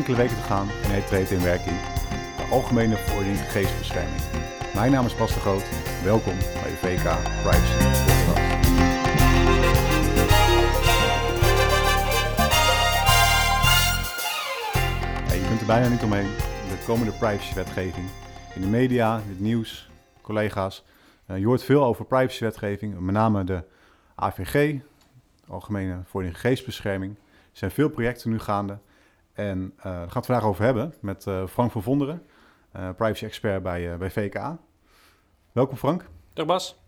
enkele weken te gaan en hij treedt in werking. De Algemene Verordening Gegevensbescherming. Mijn naam is Bas de Groot. Welkom bij de VK Privacy Podcast. Je kunt er bijna niet omheen. De komende privacywetgeving. In de media, in het nieuws, collega's. Je hoort veel over privacywetgeving, met name de AVG, de Algemene Verordening Gegevensbescherming. Er zijn veel projecten nu gaande. En daar gaan we het vandaag over hebben met Frank van Vonderen, privacy-expert bij VK. Welkom Frank. Dag Bas.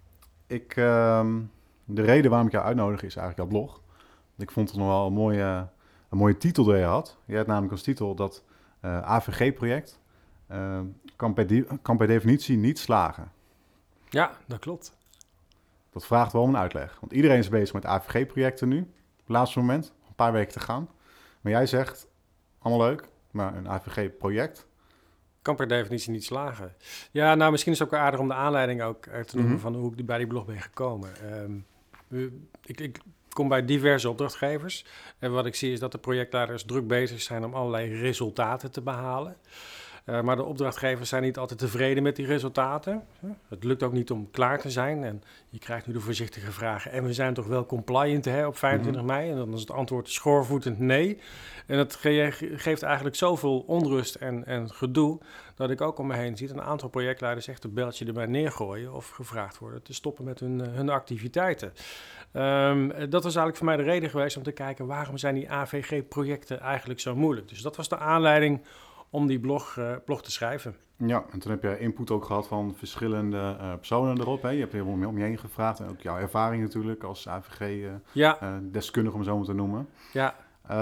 De reden waarom ik jou uitnodig is eigenlijk jouw blog. Ik vond het nog wel een mooie titel die je had. Je had namelijk als titel dat AVG-project kan per definitie niet slagen. Ja, dat klopt. Dat vraagt wel om een uitleg. Want iedereen is bezig met AVG-projecten nu, op het laatste moment, een paar weken te gaan. Maar jij zegt, allemaal leuk, maar een AVG-project kan per definitie niet slagen. Ja, nou misschien is het ook wel aardig om de aanleiding ook te noemen van hoe ik bij die blog ben gekomen. Ik kom bij diverse opdrachtgevers en wat ik zie is dat de projectleiders druk bezig zijn om allerlei resultaten te behalen. Maar de opdrachtgevers zijn niet altijd tevreden met die resultaten. Het lukt ook niet om klaar te zijn. En je krijgt nu de voorzichtige vragen. En we zijn toch wel compliant op 25 mei? En dan is het antwoord schoorvoetend nee. En dat geeft eigenlijk zoveel onrust en gedoe, dat ik ook om me heen zie een aantal projectleiders echt een beltje erbij neergooien of gevraagd worden te stoppen met hun activiteiten. Dat was eigenlijk voor mij de reden geweest om te kijken waarom zijn die AVG-projecten eigenlijk zo moeilijk. Dus dat was de aanleiding om die blog te schrijven. Ja, en toen heb je input ook gehad van verschillende personen erop. Hè? Je hebt helemaal om je heen gevraagd. En ook jouw ervaring natuurlijk als AVG-deskundige, om zo maar te noemen. Ja.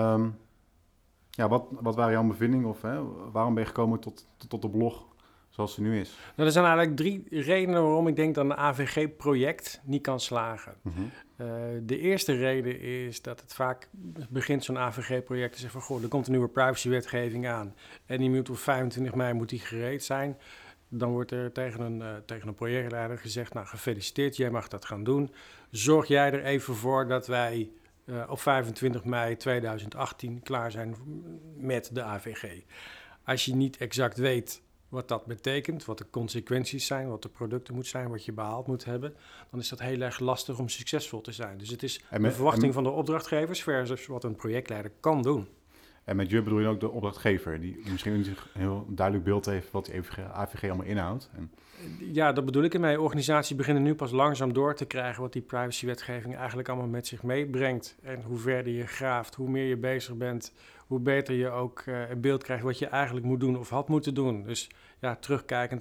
Wat waren jouw bevindingen? Of waarom ben je gekomen tot de blog zoals die nu is? Nou, er zijn eigenlijk 3 redenen waarom ik denk dat een AVG-project niet kan slagen. Mm-hmm. De eerste reden is dat het vaak begint zo'n AVG-project te zeggen van goh, er komt een nieuwe privacywetgeving aan en die moet op 25 mei moet die gereed zijn. Dan wordt er tegen een projectleider gezegd, nou gefeliciteerd, jij mag dat gaan doen. Zorg jij er even voor dat wij op 25 mei 2018 klaar zijn met de AVG. Als je niet exact weet wat dat betekent, wat de consequenties zijn, wat de producten moet zijn, wat je behaald moet hebben, dan is dat heel erg lastig om succesvol te zijn. Dus het is de verwachting van de opdrachtgevers versus wat een projectleider kan doen. En met je bedoel je ook de opdrachtgever, die misschien niet een heel duidelijk beeld heeft wat die AVG allemaal inhoudt? Ja, dat bedoel ik ermee. Organisaties beginnen nu pas langzaam door te krijgen wat die privacywetgeving eigenlijk allemaal met zich meebrengt. En hoe verder je graaft, hoe meer je bezig bent, hoe beter je ook een beeld krijgt wat je eigenlijk moet doen of had moeten doen. Dus ja, terugkijkend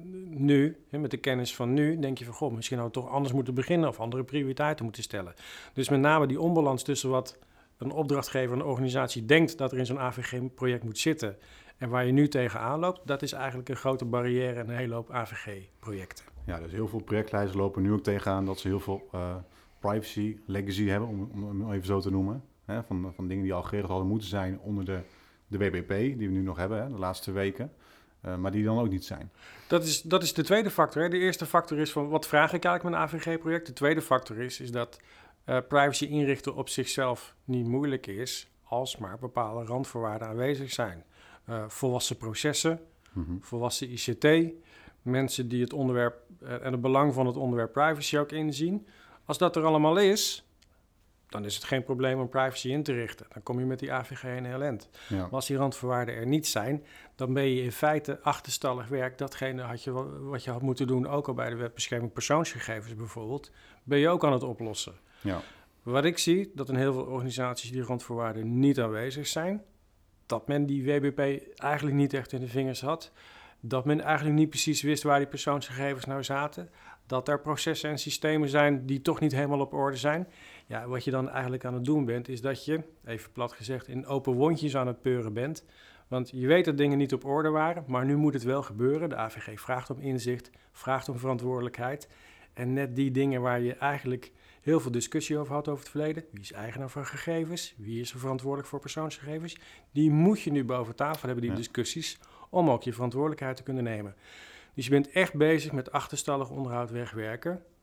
nu, met de kennis van nu, denk je van goh, misschien hadden we toch anders moeten beginnen of andere prioriteiten moeten stellen. Dus met name die onbalans tussen wat een opdrachtgever, een organisatie denkt dat er in zo'n AVG-project moet zitten en waar je nu tegenaan loopt, dat is eigenlijk een grote barrière in een hele hoop AVG-projecten. Ja, dus heel veel projectleiders lopen nu ook tegenaan dat ze heel veel privacy legacy hebben, om even zo te noemen. Hè, van dingen die al geregeld hadden moeten zijn onder de WBP, die we nu nog hebben, de laatste weken. Maar die dan ook niet zijn. Dat is de tweede factor. Hè. De eerste factor is van wat vraag ik eigenlijk met een AVG-project. De tweede factor is dat privacy inrichten op zichzelf niet moeilijk is, als maar bepaalde randvoorwaarden aanwezig zijn. Volwassen processen, volwassen ICT, mensen die het onderwerp en het belang van het onderwerp privacy ook inzien. Als dat er allemaal is, dan is het geen probleem om privacy in te richten. Dan kom je met die AVG een heel eind. Ja. Maar als die randvoorwaarden er niet zijn, dan ben je in feite achterstallig werk. Datgene wat je had moeten doen, ook al bij de wetbescherming persoonsgegevens bijvoorbeeld, ben je ook aan het oplossen. Ja. Wat ik zie, dat in heel veel organisaties die randvoorwaarden niet aanwezig zijn, dat men die WBP eigenlijk niet echt in de vingers had, dat men eigenlijk niet precies wist waar die persoonsgegevens nou zaten, dat er processen en systemen zijn die toch niet helemaal op orde zijn. Ja, wat je dan eigenlijk aan het doen bent, is dat je, even plat gezegd, in open wondjes aan het peuren bent. Want je weet dat dingen niet op orde waren, maar nu moet het wel gebeuren. De AVG vraagt om inzicht, vraagt om verantwoordelijkheid. En net die dingen waar je eigenlijk heel veel discussie over had over het verleden. Wie is eigenaar van gegevens? Wie is er verantwoordelijk voor persoonsgegevens? Die moet je nu boven tafel hebben, die discussies, om ook je verantwoordelijkheid te kunnen nemen. Dus je bent echt bezig met achterstallig onderhoud wegwerken.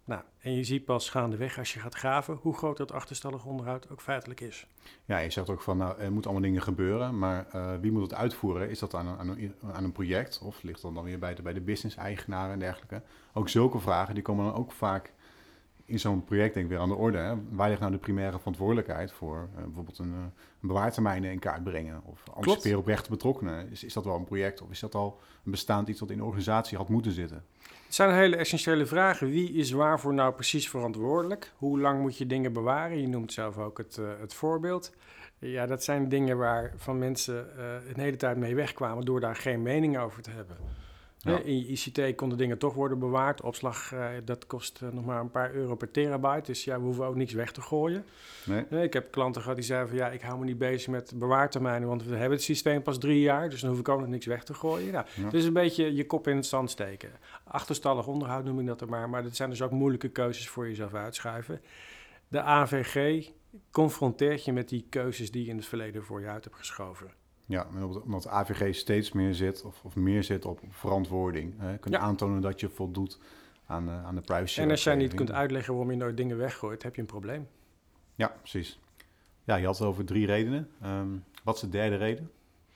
Nou, en je ziet pas gaandeweg als je gaat graven hoe groot dat achterstallig onderhoud ook feitelijk is. Ja, je zegt ook van, nou, er moeten allemaal dingen gebeuren, maar wie moet het uitvoeren? Is dat aan een project of ligt dat dan weer bij de business-eigenaren en dergelijke? Ook zulke vragen, die komen dan ook vaak in zo'n project denk ik weer aan de orde. Hè? Waar ligt nou de primaire verantwoordelijkheid voor bijvoorbeeld een bewaartermijnen in kaart brengen? Of anticiperen op rechten betrokkenen? Is dat wel een project of is dat al een bestaand iets wat in de organisatie had moeten zitten? Het zijn hele essentiële vragen. Wie is waarvoor nou precies verantwoordelijk? Hoe lang moet je dingen bewaren? Je noemt zelf ook het voorbeeld. Ja, dat zijn dingen waar van mensen een hele tijd mee wegkwamen door daar geen mening over te hebben. Ja. In je ICT konden dingen toch worden bewaard. Opslag, dat kost nog maar een paar euro per terabyte. Dus ja, we hoeven ook niks weg te gooien. Nee. Ik heb klanten gehad die zeiden van... ja, ik hou me niet bezig met bewaartermijnen... want we hebben het systeem pas 3 jaar... dus dan hoef ik ook nog niks weg te gooien. Nou, ja. Dus een beetje je kop in het zand steken. Achterstallig onderhoud noem ik dat er maar dat zijn dus ook moeilijke keuzes voor jezelf uitschuiven. De AVG confronteert je met die keuzes... die je in het verleden voor je uit hebt geschoven. Ja, omdat AVG steeds meer zit of meer zit op verantwoording. Kun je aantonen dat je voldoet aan de privacy. En als jij niet kunt uitleggen waarom je nooit dingen weggooit, heb je een probleem. Ja, precies. Ja, je had het over 3 redenen. Wat is de derde reden?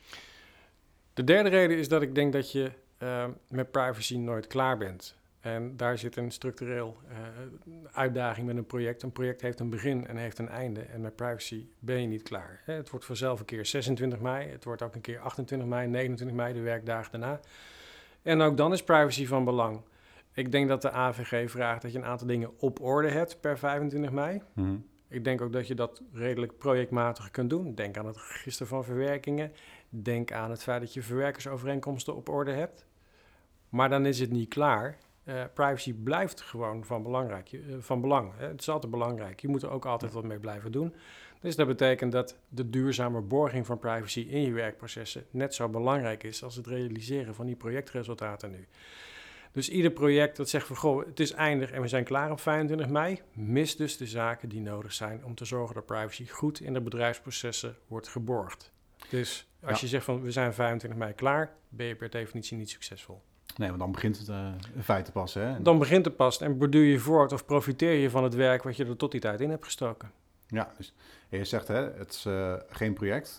De derde reden is dat ik denk dat je met privacy nooit klaar bent. En daar zit een structureel uitdaging met een project. Een project heeft een begin en heeft een einde. En met privacy ben je niet klaar. Het wordt vanzelf een keer 26 mei. Het wordt ook een keer 28 mei, 29 mei, de werkdagen daarna. En ook dan is privacy van belang. Ik denk dat de AVG vraagt dat je een aantal dingen op orde hebt per 25 mei. Mm-hmm. Ik denk ook dat je dat redelijk projectmatig kunt doen. Denk aan het register van verwerkingen. Denk aan het feit dat je verwerkersovereenkomsten op orde hebt. Maar dan is het niet klaar. Privacy blijft gewoon van belang. Het is altijd belangrijk. Je moet er ook altijd wat mee blijven doen. Dus dat betekent dat de duurzame borging van privacy in je werkprocessen net zo belangrijk is als het realiseren van die projectresultaten nu. Dus ieder project dat zegt van goh, het is eindig en we zijn klaar op 25 mei, mist dus de zaken die nodig zijn om te zorgen dat privacy goed in de bedrijfsprocessen wordt geborgd. Dus als je zegt van we zijn 25 mei klaar, ben je per definitie niet succesvol. Nee, want dan begint het in feite pas. Hè? Dan begint het pas en borduur je voort of profiteer je van het werk wat je er tot die tijd in hebt gestoken. Ja, dus je zegt hè, het is geen project.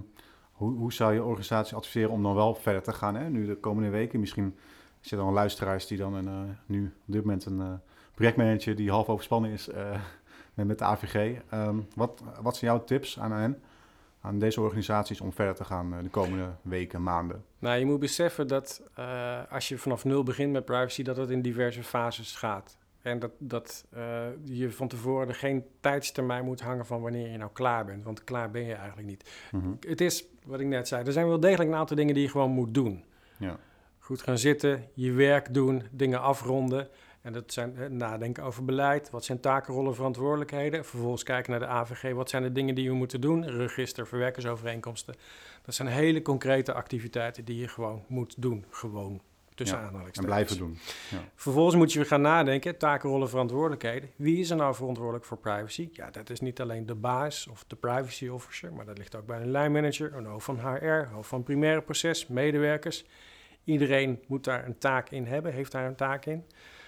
Hoe zou je organisatie adviseren om dan wel verder te gaan? Hè? Nu de komende weken, misschien zitten er al luisteraars die dan nu op dit moment een projectmanager die half overspannen is met de AVG. Wat zijn jouw tips aan hen? Aan deze organisaties om verder te gaan de komende weken, maanden? Nou, je moet beseffen dat als je vanaf 0 begint met privacy, dat het in diverse fases gaat. En dat je van tevoren er geen tijdstermijn moet hangen van wanneer je nou klaar bent. Want klaar ben je eigenlijk niet. Mm-hmm. Het is, wat ik net zei, er zijn wel degelijk een aantal dingen die je gewoon moet doen. Ja. Goed gaan zitten, je werk doen, dingen afronden. En dat zijn nadenken over beleid. Wat zijn taken, rollen, verantwoordelijkheden? Vervolgens kijken naar de AVG. Wat zijn de dingen die we moeten doen? Register, verwerkersovereenkomsten. Dat zijn hele concrete activiteiten die je gewoon moet doen. Gewoon, tussen aanhalingstekens. En blijven doen. Ja. Vervolgens moet je weer gaan nadenken. Taken, rollen, verantwoordelijkheden. Wie is er nou verantwoordelijk voor privacy? Ja, dat is niet alleen de baas of de privacy officer. Maar dat ligt ook bij een lijnmanager, een hoofd van HR, hoofd van primaire proces, medewerkers. Iedereen moet daar een taak in hebben, heeft daar een taak in.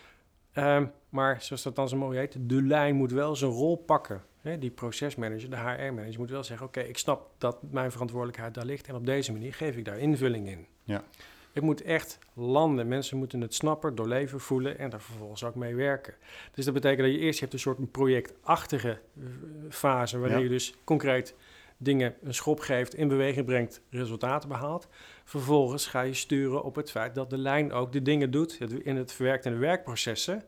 Maar zoals dat dan zo mooi heet, de lijn moet wel zijn rol pakken. Die procesmanager, de HR-manager moet wel zeggen... oké, ik snap dat mijn verantwoordelijkheid daar ligt... en op deze manier geef ik daar invulling in. Ja. Het moet echt landen. Mensen moeten het snappen, doorleven, voelen... en daar vervolgens ook mee werken. Dus dat betekent dat je eerst hebt een soort projectachtige fase... waarin je dus concreet dingen een schop geeft, in beweging brengt, resultaten behaalt. Vervolgens ga je sturen op het feit dat de lijn ook de dingen doet in het verwerkte werkprocessen,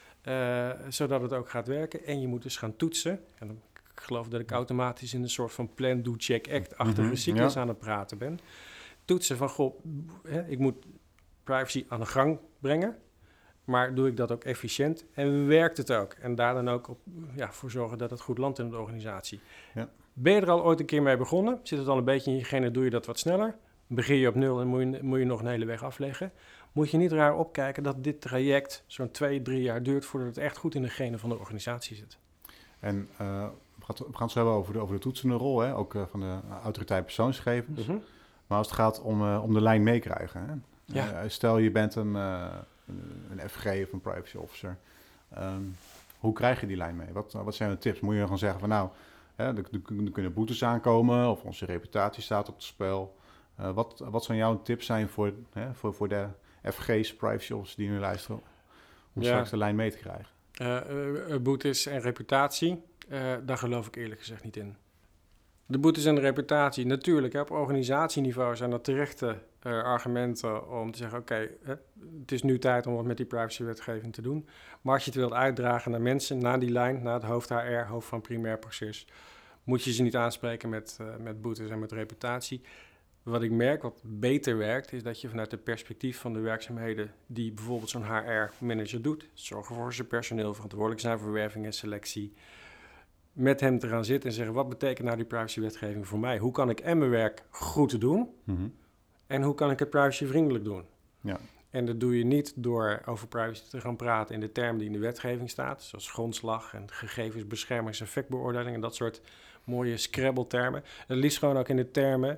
zodat het ook gaat werken. En je moet dus gaan toetsen. En ik geloof dat ik automatisch in een soort van plan, do, check, act-achtige cyclus aan het praten ben. Toetsen van, goh, ik moet privacy aan de gang brengen, maar doe ik dat ook efficiënt en werkt het ook? En daar dan ook voor zorgen dat het goed landt in de organisatie. Ja. Ben je er al ooit een keer mee begonnen? Zit het al een beetje in je genen, doe je dat wat sneller? Begin je op 0 en moet je nog een hele weg afleggen? Moet je niet raar opkijken dat dit traject zo'n 2-3 jaar duurt voordat het echt goed in de genen van de organisatie zit. En we gaan het zo hebben over de toetsende rol, hè? Ook van de autoriteit persoonsgegevens. Mm-hmm. Maar als het gaat om de lijn meekrijgen. Hè? Ja. Stel je bent een FG of een privacy officer. Hoe krijg je die lijn mee? Wat zijn de tips? Moet je dan zeggen van nou, er kunnen boetes aankomen of onze reputatie staat op het spel. Wat zou jouw tips zijn voor de FG's, privacy officers die nu luisteren, om straks de lijn mee te krijgen? Boetes en reputatie, daar geloof ik eerlijk gezegd niet in. De boetes en de reputatie, natuurlijk, op organisatieniveau zijn dat terechte argumenten om te zeggen, oké, het is nu tijd om wat met die privacywetgeving te doen. Maar als je het wilt uitdragen naar mensen, naar die lijn, naar het hoofd HR, hoofd van primair proces, moet je ze niet aanspreken met boetes en met reputatie. Wat ik merk, wat beter werkt, is dat je vanuit het perspectief van de werkzaamheden die bijvoorbeeld zo'n HR-manager doet, zorgen voor zijn personeel, verantwoordelijk zijn voor werving en selectie, met hem te gaan zitten en zeggen, wat betekent nou die privacywetgeving voor mij? Hoe kan ik en mijn werk goed doen en hoe kan ik het privacyvriendelijk doen? Ja. En dat doe je niet door over privacy te gaan praten in de termen die in de wetgeving staat, zoals grondslag en gegevensbeschermings- en effectbeoordeling en dat soort mooie Scrabble-termen. Het liefst gewoon ook in de termen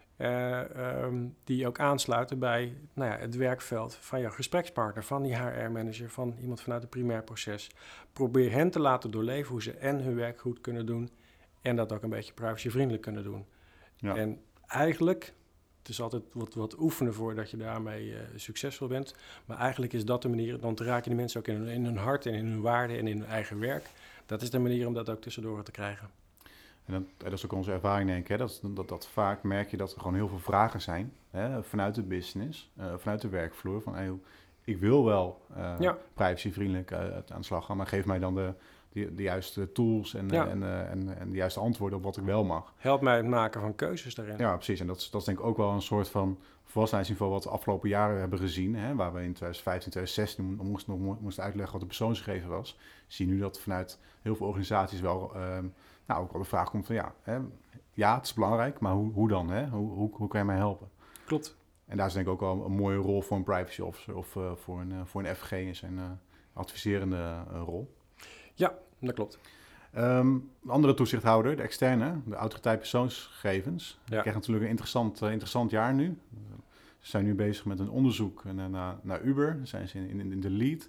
die ook aansluiten bij het werkveld van jouw gesprekspartner, van die HR-manager, van iemand vanuit het primair proces. Probeer hen te laten doorleven hoe ze en hun werk goed kunnen doen en dat ook een beetje privacyvriendelijk kunnen doen. Ja. En eigenlijk, het is altijd wat oefenen voordat je daarmee succesvol bent, maar eigenlijk is dat de manier, dan raak je de mensen ook in hun hart en in hun waarden en in hun eigen werk. Dat is de manier om dat ook tussendoor te krijgen. En dat is ook onze ervaring, denk ik. Hè? Dat vaak merk je dat er gewoon heel veel vragen zijn vanuit de business, vanuit de werkvloer. Van, ik wil wel privacyvriendelijk aan de slag gaan, maar geef mij dan de juiste tools en de juiste antwoorden op wat ik wel mag. Help mij het maken van keuzes daarin. Ja, precies. En dat is denk ik ook wel een soort van volwassenheidsniveau wat we de afgelopen jaren hebben gezien. Hè? Waar we in 2015, 2016 moesten uitleggen wat de persoonsgegeven was. Zie je nu dat vanuit heel veel organisaties wel ook wel de vraag komt van het is belangrijk, maar hoe dan? Hè? Hoe kan je mij helpen? Klopt. En daar is denk ik ook wel een mooie rol voor een privacy officer of voor een FG in zijn adviserende rol. Ja, dat klopt. Een andere toezichthouder, de externe, de autoriteit persoonsgegevens. Die krijgt natuurlijk een interessant jaar nu. Ze zijn nu bezig met een onderzoek naar Uber. Daar zijn ze in de lead.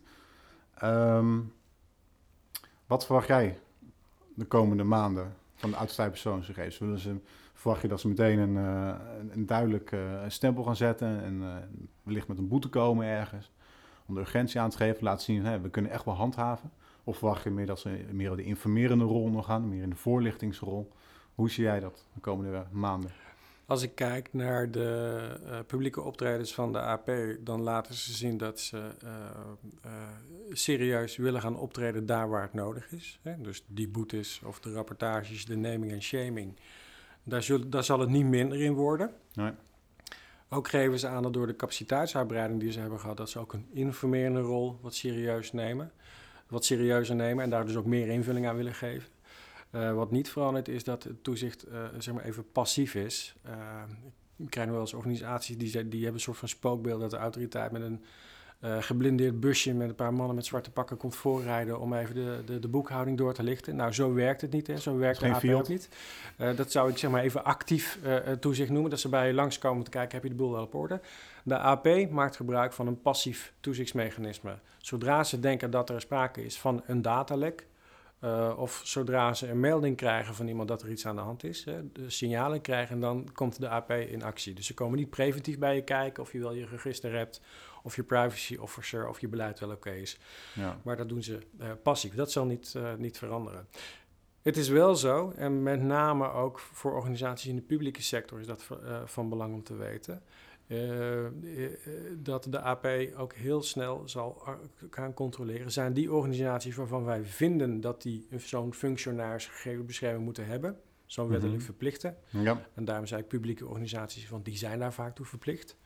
Wat verwacht jij de komende maanden van de autoriteit persoonsgegevens? Verwacht je dat ze meteen een duidelijk stempel gaan zetten en wellicht met een boete komen ergens om de urgentie aan te geven, laten zien, we kunnen echt wel handhaven? Of verwacht je meer dat ze meer op de informerende rol nog gaan, meer in de voorlichtingsrol? Hoe zie jij dat de komende maanden? Als ik kijk naar de publieke optredens van de AP, dan laten ze zien dat ze serieus willen gaan optreden daar waar het nodig is. Hè? Dus die boetes of de rapportages, de naming en shaming, daar zal het niet minder in worden. Nee. Ook geven ze aan dat door de capaciteitsuitbreiding die ze hebben gehad, dat ze ook een informerende rol wat serieuzer nemen en daar dus ook meer invulling aan willen geven. Wat niet verandert is dat het toezicht even passief is. Ik krijg nog wel eens organisaties die hebben een soort van spookbeeld dat de autoriteit met een geblindeerd busje met een paar mannen met zwarte pakken komt voorrijden om even de boekhouding door te lichten. Nou, zo werkt het niet. Hè. Zo werkt de AP ook niet. Dat zou ik even actief toezicht noemen. Dat ze bij je langskomen om te kijken, heb je de boel wel op orde? De AP maakt gebruik van een passief toezichtsmechanisme. Zodra ze denken dat er sprake is van een datalek, of zodra ze een melding krijgen van iemand dat er iets aan de hand is, de signalen krijgen, dan komt de AP in actie. Dus ze komen niet preventief bij je kijken of je wel je register hebt, of je privacy officer of je beleid wel oké is. Ja. Maar dat doen ze passief. Dat zal niet veranderen. Het is wel zo, en met name ook voor organisaties in de publieke sector is dat van belang om te weten, dat de AP ook heel snel zal gaan controleren. Zijn die organisaties waarvan wij vinden dat die zo'n functionaris gegevensbescherming moeten hebben, zo'n wettelijk verplichte. Ja. En daarom zei ik publieke organisaties, want die zijn daar vaak toe verplicht.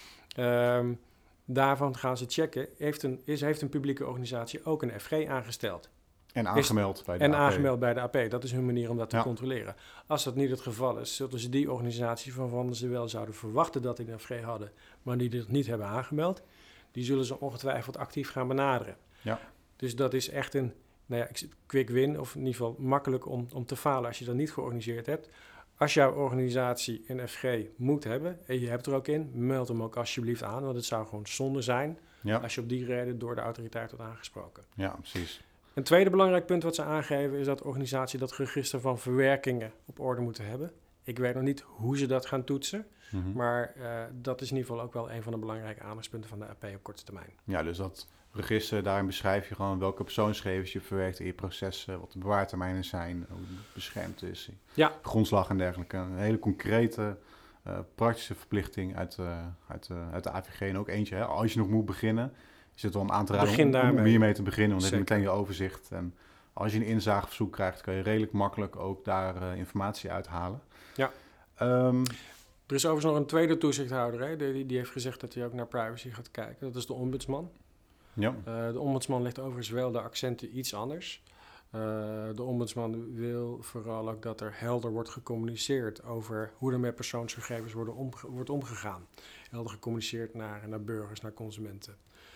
Daarvan gaan ze checken, heeft een publieke organisatie ook een FG aangesteld? En aangemeld bij de AP. Aangemeld bij de AP. Dat is hun manier om dat te controleren. Als dat niet het geval is, zullen ze die organisaties waarvan ze wel zouden verwachten dat die een FG hadden, maar die dit niet hebben aangemeld, die zullen ze ongetwijfeld actief gaan benaderen. Ja. Dus dat is echt een quick win, of in ieder geval makkelijk om te falen als je dat niet georganiseerd hebt. Als jouw organisatie een FG moet hebben, en je hebt er ook in, meld hem ook alsjeblieft aan, want het zou gewoon zonde zijn als je op die reden door de autoriteit wordt aangesproken. Ja, precies. Een tweede belangrijk punt wat ze aangeven is dat de organisatie dat register van verwerkingen op orde moeten hebben. Ik weet nog niet hoe ze dat gaan toetsen, maar dat is in ieder geval ook wel een van de belangrijke aandachtspunten van de AP op korte termijn. Ja, dus dat register, daarin beschrijf je gewoon welke persoonsgegevens je verwerkt in je processen, wat de bewaartermijnen zijn, hoe het beschermd is, grondslag en dergelijke. Een hele concrete, praktische verplichting uit de AVG en ook eentje. Hè, als je nog moet beginnen, is het wel om aan te raden om hiermee te beginnen, want dan heb je meteen je overzicht. En als je een inzageverzoek krijgt, kan je redelijk makkelijk ook daar informatie uithalen. Ja. Er is overigens nog een tweede toezichthouder, hè? Die heeft gezegd dat hij ook naar privacy gaat kijken. Dat is de ombudsman. Ja. De ombudsman legt overigens wel de accenten iets anders. De ombudsman wil vooral ook dat er helder wordt gecommuniceerd over hoe er met persoonsgegevens wordt omgegaan. Helder gecommuniceerd naar burgers, naar consumenten.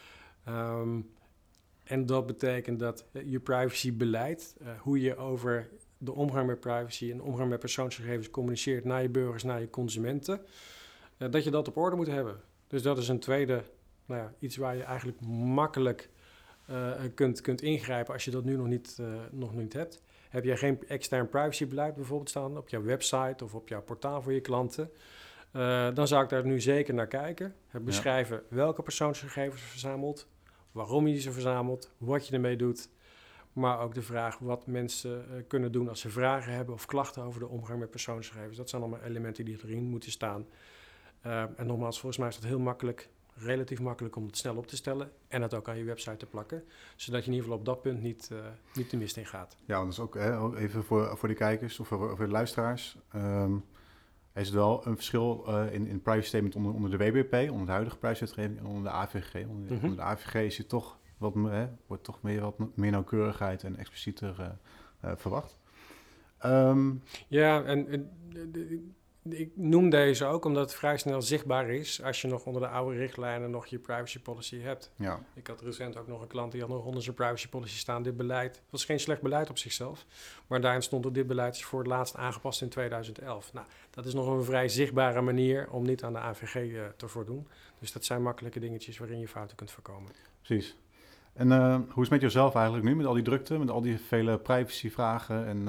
En dat betekent dat je privacybeleid, hoe je over de omgang met privacy en de omgang met persoonsgegevens communiceert naar je burgers, naar je consumenten, dat je dat op orde moet hebben. Dus dat is een tweede, iets waar je eigenlijk makkelijk kunt ingrijpen als je dat nu nog niet hebt. Heb jij geen extern privacybeleid bijvoorbeeld staan op jouw website of op jouw portaal voor je klanten, dan zou ik daar nu zeker naar kijken. Het beschrijven welke persoonsgegevens je verzamelt, waarom je ze verzamelt, wat je ermee doet. Maar ook de vraag wat mensen kunnen doen als ze vragen hebben of klachten over de omgang met persoonsgegevens. Dat zijn allemaal elementen die erin moeten staan. En nogmaals, volgens mij is dat heel makkelijk, relatief makkelijk om het snel op te stellen en het ook aan je website te plakken. Zodat je in ieder geval op dat punt niet de mist in gaat. Ja, want dat is ook even voor de kijkers of voor de luisteraars. Er is wel een verschil in privacy statement onder de WBP, onder de huidige prijswetgeving en onder de AVG. Onder de AVG is je toch wordt toch wat meer nauwkeurigheid en explicieter verwacht. Ja, en ik noem deze ook omdat het vrij snel zichtbaar is als je nog onder de oude richtlijnen nog je privacy policy hebt. Ja. Ik had recent ook nog een klant die had nog onder zijn privacy policy staan. Dit beleid was geen slecht beleid op zichzelf, maar daarin stond dat dit beleid is voor het laatst aangepast in 2011. Nou, dat is nog een vrij zichtbare manier om niet aan de AVG te voldoen. Dus dat zijn makkelijke dingetjes waarin je fouten kunt voorkomen. Precies. En hoe is het met jezelf eigenlijk nu, met al die drukte, met al die vele privacyvragen en...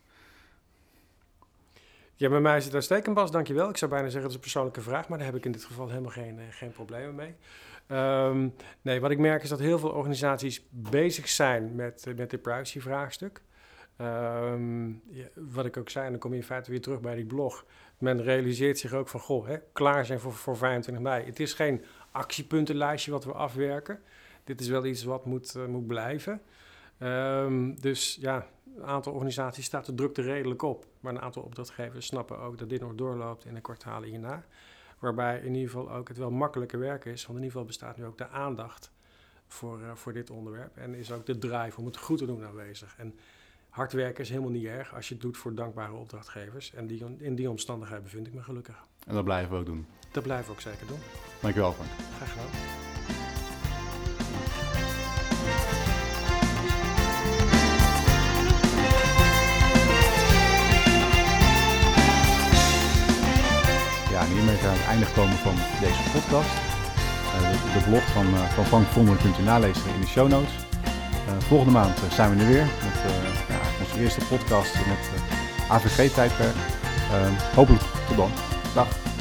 Ja, bij mij is het uitstekend, Bas, dankjewel. Ik zou bijna zeggen dat is een persoonlijke vraag, maar daar heb ik in dit geval helemaal geen problemen mee. Nee, wat ik merk is dat heel veel organisaties bezig zijn met dit privacy-vraagstuk. Wat ik ook zei, en dan kom je in feite weer terug bij die blog. Men realiseert zich ook van, klaar zijn voor 25 mei. Het is geen actiepuntenlijstje wat we afwerken. Dit is wel iets wat moet blijven. Dus ja, een aantal organisaties staat de drukte redelijk op. Maar een aantal opdrachtgevers snappen ook dat dit nog doorloopt in de kwartalen hierna. Waarbij in ieder geval ook het wel makkelijker werken is. Want in ieder geval bestaat nu ook de aandacht voor dit onderwerp. En is ook de drive om het goed te doen aanwezig. En hard werken is helemaal niet erg als je het doet voor dankbare opdrachtgevers. En in die omstandigheid bevind ik me gelukkig. En dat blijven we ook doen. Dat blijven we ook zeker doen. Dankjewel, Frank. Graag gedaan. Ja, en hiermee zijn we aan het einde gekomen van deze podcast. De blog van Frank Vondel kunt u nalezen in de show notes. Volgende maand zijn we er weer met onze eerste podcast in het AVG-tijdperk. Hopelijk tot dan. Dag.